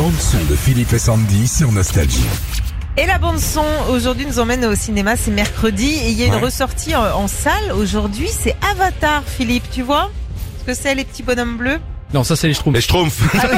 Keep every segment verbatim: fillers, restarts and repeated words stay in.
bande-son de Philippe et Sandy sur Nostalgie. Et la bande-son, aujourd'hui, nous emmène au cinéma, c'est mercredi, et il y a une Ouais. ressortie en, en salle. Aujourd'hui, c'est Avatar, Philippe, tu vois ce que c'est, les petits bonhommes bleus? Non, ça c'est les Schtroumpfs. Les Schtroumpfs.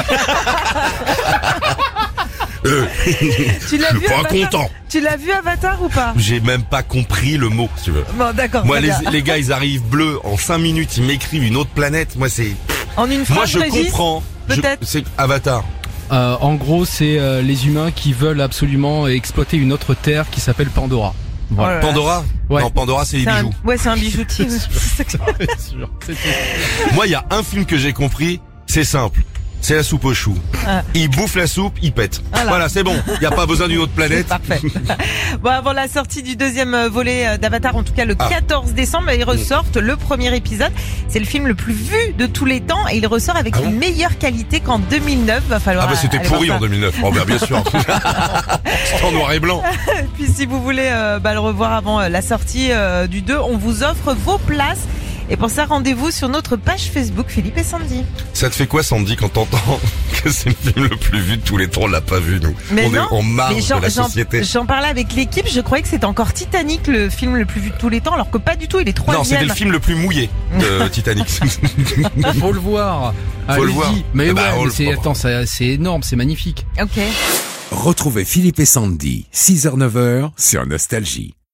euh, Tu l'as je vu, suis pas Avatar content. Tu l'as vu, Avatar, ou pas? J'ai même pas compris le mot, si tu veux. Bon, d'accord. Moi, très les, bien. les gars, ils arrivent bleus en cinq minutes, ils m'écrivent une autre planète. Moi, c'est. En une phrase, Moi, je Régis, comprends. Je- peut-être. C'est Avatar. Euh, en gros, c'est euh, les humains qui veulent absolument exploiter une autre terre qui s'appelle Pandora. Oh là là. Pandora. Ouais. Non, Pandora, c'est les C'est un- bijoux. Ouais, c'est un bijoutier. Moi, il y a un film que j'ai compris. C'est simple. C'est la soupe aux choux. Ah. Il bouffe la soupe, il pète. Voilà. Voilà, c'est bon. Il y a pas besoin d'une autre planète. Parfait. Bon, avant la sortie du deuxième euh, volet euh, d'Avatar, en tout cas le Ah. quatorze décembre, ils ressortent le premier épisode. C'est le film le plus vu de tous les temps et il ressort avec Ah bon une meilleure qualité qu'en deux mille neuf. Va falloir. Ah bah c'était aller pourri voir en ça. deux mille neuf. Oh bah bien sûr. C'est en noir et blanc. Et puis si vous voulez euh, bah, le revoir avant euh, la sortie euh, du deux, on vous offre vos places. Et pour ça, rendez-vous sur notre page Facebook Philippe et Sandy. Ça te fait quoi, Sandy, quand t'entends que c'est le film le plus vu de tous les temps? On l'a pas vu, nous. Mais on non, est en marge mais j'en, de la j'en- société. j'en parlais avec l'équipe, je croyais que c'était encore Titanic, le film le plus vu de tous les temps, alors que pas du tout, il est troisième. Non, c'était le film le plus mouillé de Titanic. Faut le voir. Faut le Allez-y. voir. Mais Eh ouais, bah, on mais le c'est, fera. attends, ça- c'est énorme, c'est magnifique. Ok. Retrouvez Philippe et Sandy, six heures neuf heures sur Nostalgie.